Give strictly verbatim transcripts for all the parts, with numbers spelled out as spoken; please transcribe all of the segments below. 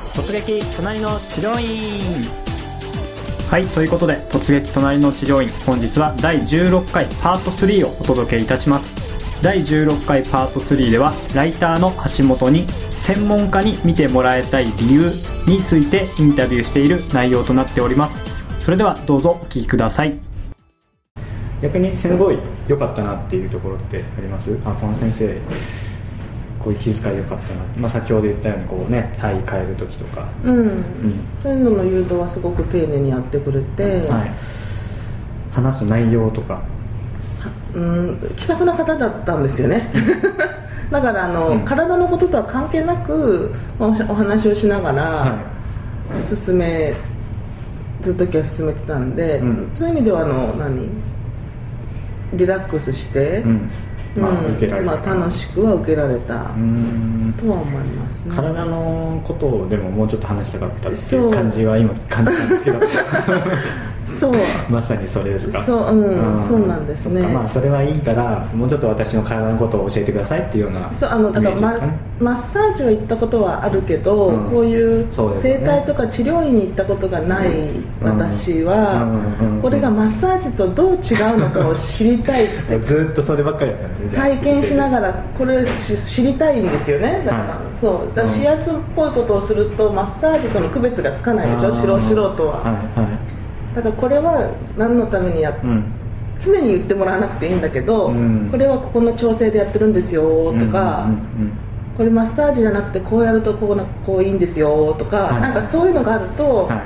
突撃隣の治療院。はい、ということで突撃隣の治療院、本日はだいじゅうろっかいパートスリーをお届けいたします。だいじゅうろっかいパートスリーではライターの橋本に専門家に見てもらいたい理由についてインタビューしている内容となっております。それではどうぞお聞きください。逆にすごい良かったなっていうところってあります？あ、この先生こういう気遣い良かったな、まあ、先ほど言ったようにこうね、体変える時とか、 うんうん、そういうのの誘導はすごく丁寧にやってくれて、 はい、話す内容とか、 うん、気さくな方だったんですよねだからあの、うん、体のこととは関係なくお話をしながら進め、はい、ずっと時は進めてたんで、うん、そういう意味ではあの何リラックスして、うんまあ受けられた、うんまあ、楽しくは受けられたとは思いますね。 体のことをでももうちょっと話したかったっていう感じは今感じたんですけどそうまさにそれですか。 そう、うん、そうなんですね。 まあそれはいいからもうちょっと私の体のことを教えてくださいっていうような、 そうあのだからマッ、マッサージは行ったことはあるけど、うん、こういう整体とか治療院に行ったことがない私は、うんうん、これがマッサージとどう違うのかを知りたいってずっとそればっかりだったんですね。 体験しながらこれ知りたいんですよね。だから、はい、そうだから指圧っぽいことをするとマッサージとの区別がつかないでしょ、素人は、はいはい、だからこれは何のためにやっ、うん、常に言ってもらわなくていいんだけど、うん、これはここの調整でやってるんですよとか、うんうんうんうん、これマッサージじゃなくてこうやるとこう、こういいんですよとか、はい、なんかそういうのがあると、はい、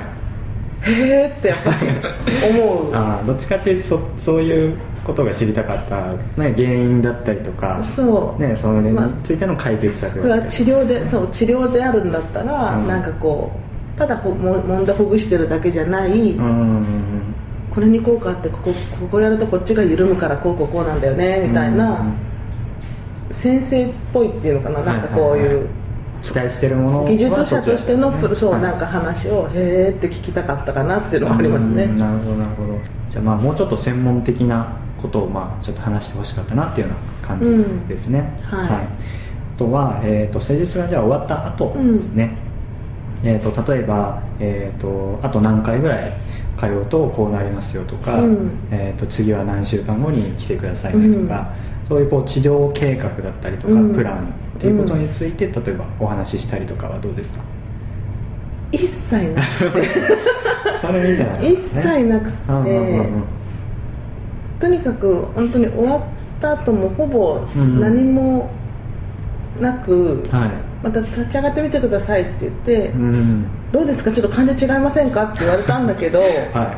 へーってやっぱり思うあどっちかっていうと そ, そういうことが知りたかった、ね、原因だったりとか、 そう、 ね、それについての解決策、 まあ、これは治療で、そう治療であるんだったら、うん、なんかこうただほもんでほぐしてるだけじゃない、うん、これに効果あってここ、ここやるとこっちが緩むからこうこうこうなんだよねみたいな、うん、先生っぽいっていうのかな、なんかこういう、はいはいはい、 期待してるもの技術者としての、ね、そう、はい、なんか話をへーって聞きたかったかなっていうのがありますね。 なるほどなるほど。じゃあまあもうちょっと専門的なことをまあちょっと話してほしかったなっていうような感じですね、うんはいはい、あとは、えー、と施術がじゃあ終わった後ですね、うんえー、と例えば、えー、とあと何回ぐらい通うとこうなりますよとか、うんえー、と次は何週間後に来てくださいねとか、うん、そういうこう治療計画だったりとか、うん、プランっていうことについて例えばお話ししたりとかはどうですか？ 一切なくてそれ以前なんですね。 一切なくて、うんうんうんうん、とにかく本当に終わった後もほぼ何もなく、うんうんはい、また立ち上がってみてくださいって言って、うん、どうですかちょっと患者違いませんかって言われたんだけど、はい、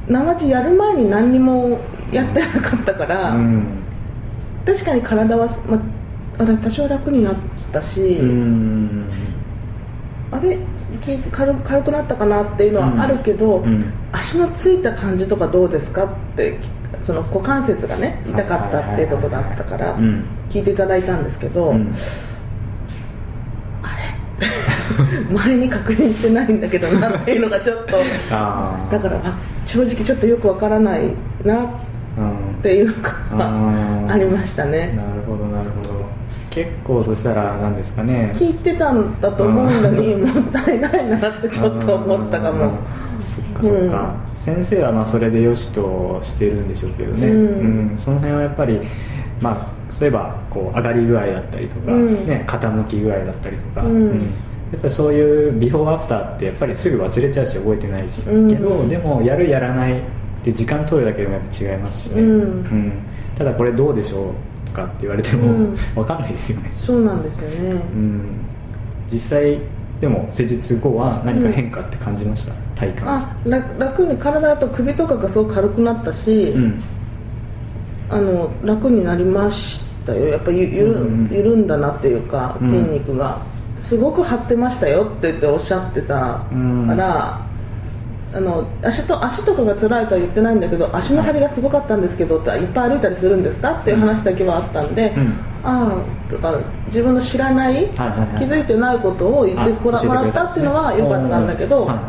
生地やる前に何にもやってなかったから、うん、確かに体は、まあ、多少楽になったし、うん、あれ軽, 軽くなったかなっていうのはあるけど、うんうん、足のついた感じとかどうですかってその股関節がね痛かったっていうことがあったから聞いていただいたんですけど、うん、あれ前に確認してないんだけどなっていうのがちょっとだから正直ちょっとよくわからないなっていうのがありましたね。 なるほどなるほど。結構そしたら何ですかね、 聞いてたんだと思うのにもったいないなってちょっと思ったかも。 そっかそっか、うん、先生はまあそれでよしとしてるんでしょうけどね、うんうん、その辺はやっぱりまあそういえばこう上がり具合だったりとか、うんね、傾き具合だったりとか、うんうん、やっぱりそういうビフォーアフターってやっぱりすぐ忘れちゃうし覚えてないし、うん、けどでもやるやらないって時間取るだけでもやっぱ違いますしね、うんうん、ただこれどうでしょうかって言われても、うん、分かんないですよね。 そうなんですよね、うん、 実際でも施術後は何か変化って感じました、うん、体感あ 楽, 楽に体やっぱ首とかがすごく軽くなったし、うん、あの楽になりましたよ。やっぱり ゆ、うんうん、緩んだなっていうか筋肉が、うん、すごく張ってましたよって言っておっしゃってたから、うんあの 足, と足とかが辛いとは言ってないんだけど足の張りがすごかったんですけどっていっぱい歩いたりするんですかっていう話だけはあったんで、うん、ああだから自分の知らない、はいはいはい、気づいてないことを言ってもらったっていうのは良かったんだけど、はい、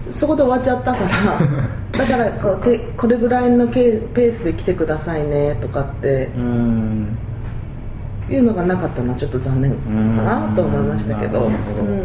そこで終わっちゃったからだからこうこれぐらいのペースで来てくださいねとかってうんいうのがなかったのはちょっと残念かなと思いましたけど、うん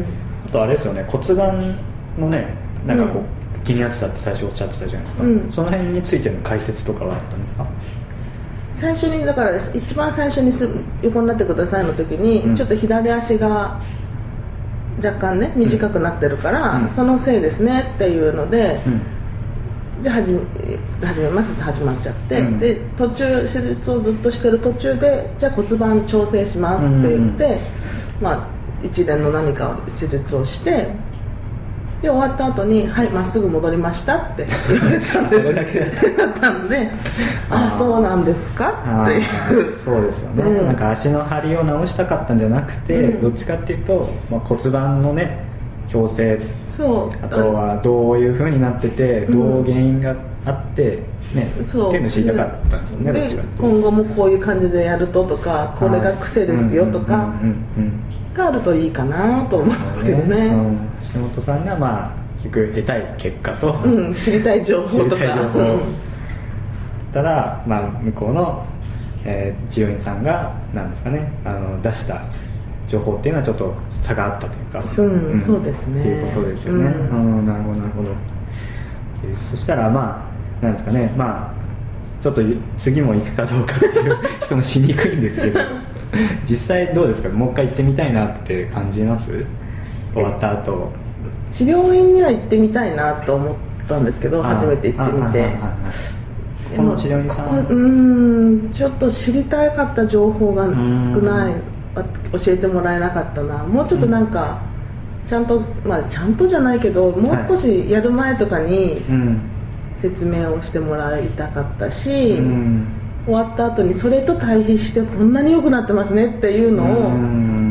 あとあれですよね、骨盤のねなんかこう、うん、気になってたって最初おっしゃってたじゃないですか、うん、その辺についての解説とかはあったんですか？ 最初にだから一番最初にす横になってくださいの時に、うん、ちょっと左足が若干ね短くなってるから、うん、そのせいですねっていうので、うん、じゃあ始め、始めますって始まっちゃって、うん、で途中手術をずっとしてる途中でじゃあ骨盤調整しますって言って、うんうん、まあ一連の何か手術をしてで終わった後にはいまっすぐ戻りましたって言われたんですそれだけだったんでああそうなんですかっていうそうですよね、うん、なんか足の張りを直したかったんじゃなくて、うん、どっちかっていうと、まあ、骨盤のね矯正そうあとはどういう風になってて、うん、どう原因があってね、そうっていうのを知りたかったんですよね。で今後もこういう感じでやるととかこれが癖ですよとかがあるといいかなと思いますけどね、うん、 橋本さんがまあ結局得たい結果と、 うん、知りたい情報とか知りたい情報たら、まあ、向こうの、えー、治療院さんがなんですかねあの出した情報っていうのはちょっと差があったというか、 うんうん、そうですねっていうことですよね、うんうん、なるほどなるほど、えー、そしたらまあなんですかねまあちょっと次も行くかどうかっていう質問しにくいんですけど実際どうですかもう一回行ってみたいなって感じます終わった後治療院には行ってみたいなと思ったんですけど初めて行ってみてこの治療院さんここうんちょっと知りたかった情報が少ない教えてもらえなかったなもうちょっとなんか、うん、ちゃんとまあちゃんとじゃないけどもう少しやる前とかに、はいうん説明をしてもらいたかったし、うん、終わった後にそれと対比してこんなに良くなってますねっていうのを、うん、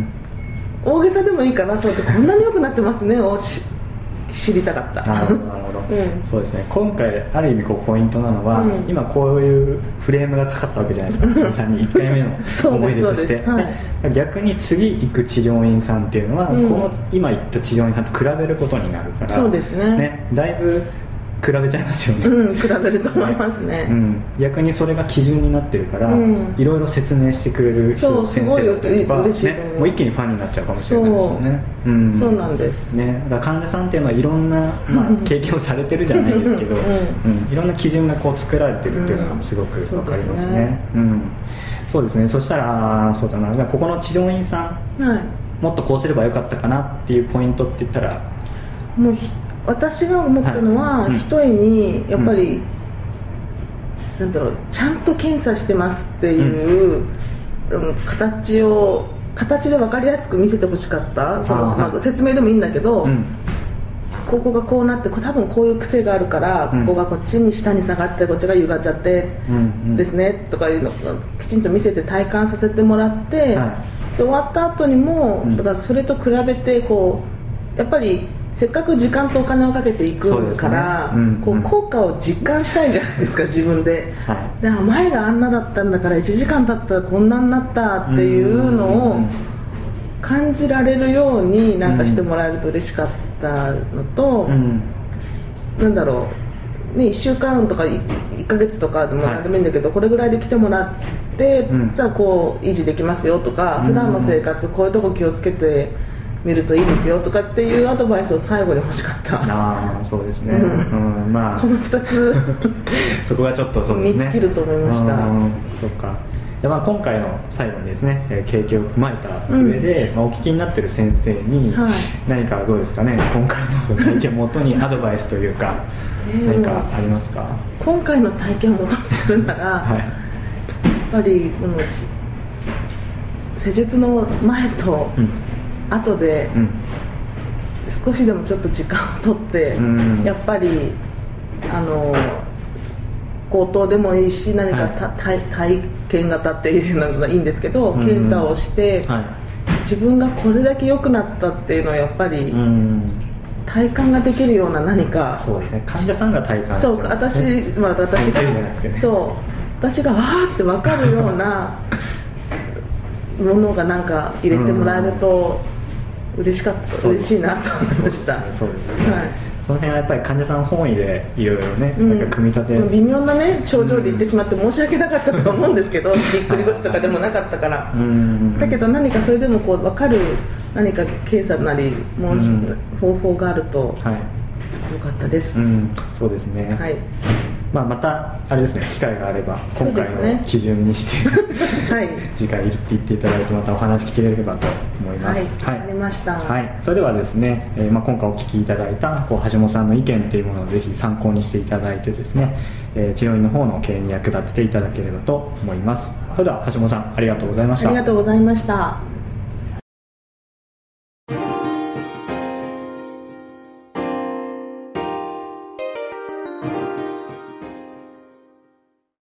大げさでもいいからそうやってこんなに良くなってますねをし知りたかったなるほど、なるほど、うん、そうですね今回ある意味こうポイントなのは、うん、今こういうフレームがかかったわけじゃないですか橋本さんにいっかいめの思い出として、はい、逆に次行く治療院さんっていうのは、うん、この今行った治療院さんと比べることになるからそうですね、 ねだいぶ比べちゃいますよね、 うん、比べると思いますね、 うん、逆にそれが基準になってるから、うん、いろいろ説明してくれる人先生だったりとか、ね、もう一気にファンになっちゃうかもしれないですよねそう、うん、そうなんです、 ね、だから患者さんっていうのはいろんな、まあ、経験をされてるじゃないですけど、うんうん、いろんな基準がこう作られてるっていうのがすごく分かりますね、うん、そうですね、そしたらそうだなここの治療院さん、はい、もっとこうすればよかったかなっていうポイントって言ったらもう私が思ったのは、はい、一重にやっぱり、うん、なんだろうちゃんと検査してますっていう、うんうん、形を形で分かりやすく見せてほしかったその、まあ、説明でもいいんだけど、うん、ここがこうなって多分こういう癖があるから、うん、ここがこっちに下に下がってこっちが歪っちゃって、うんうん、ですねとかいうのをきちんと見せて体感させてもらって、はい、で終わった後にも、だからそれと比べてこうやっぱりせっかく時間とお金をかけていくから、ねうんうん、こう効果を実感したいじゃないですか自分で、はい、だから前があんなだったんだからいちじかん経ったらこんなになったっていうのを感じられるようになんかしてもらえると嬉しかったのと、うん、なんだろう、ね、いっしゅうかんとかいっかげつとかでも何でもいいんだけど、はい、これぐらいで来てもらって、うん、じゃあこう維持できますよとか、うん、普段の生活こういうとこ気をつけて見るといいですよとかっていうアドバイスを最後に欲しかった。 ああそうですね、うんうんまあ、 このふたつそこがちょっとそうですね見つけると思いました。 そっか。じゃあまあ今回の最後にですね、えー、経験を踏まえた上で、うんまあ、お聞きになっている先生に何かどうですかね、はい、今回のその体験をもとにアドバイスというか何かありますか。 今回の体験をもとにするなら、はい、やっぱりこの施術の前と、うん後で少しでもちょっと時間を取って、うん、やっぱりあの口頭でもいいし何か、はい、体験型っていうのがいいんですけど、うん、検査をして、はい、自分がこれだけ良くなったっていうのをやっぱり、うん、体感ができるような何かそうですね患者さんが体感してる、ね、 そう私、まあ、私が、ね、そう私がわーって分かるようなものがなんか入れてもらえると、うん嬉しかった嬉しいなと思いました。 そうですね、はい、その辺はやっぱり患者さん本位でいろいろね、うん、なんか組み立て微妙なね症状で言ってしまって申し訳なかったと思うんですけど、うん、ぎっくり腰とかでもなかったから、うん、だけど何かそれでもこう分かる何か検査なりもう、うん、方法があると、 はい、 よかったです、 うん、そうですね、 はい、 まあ、またあれですね、機会があれば今回の基準にして、ねはい、次回いるって言っていただいてまたお話聞けれればと思います。 はい、わかりました。 はい、それではですね、えーまあ、今回お聞きいただいたこう橋本さんの意見というものをぜひ参考にしていただいてですね、えー、治療院の方の経営に役立てていただければと思います。それでは橋本さんありがとうございました。 ありがとうございました。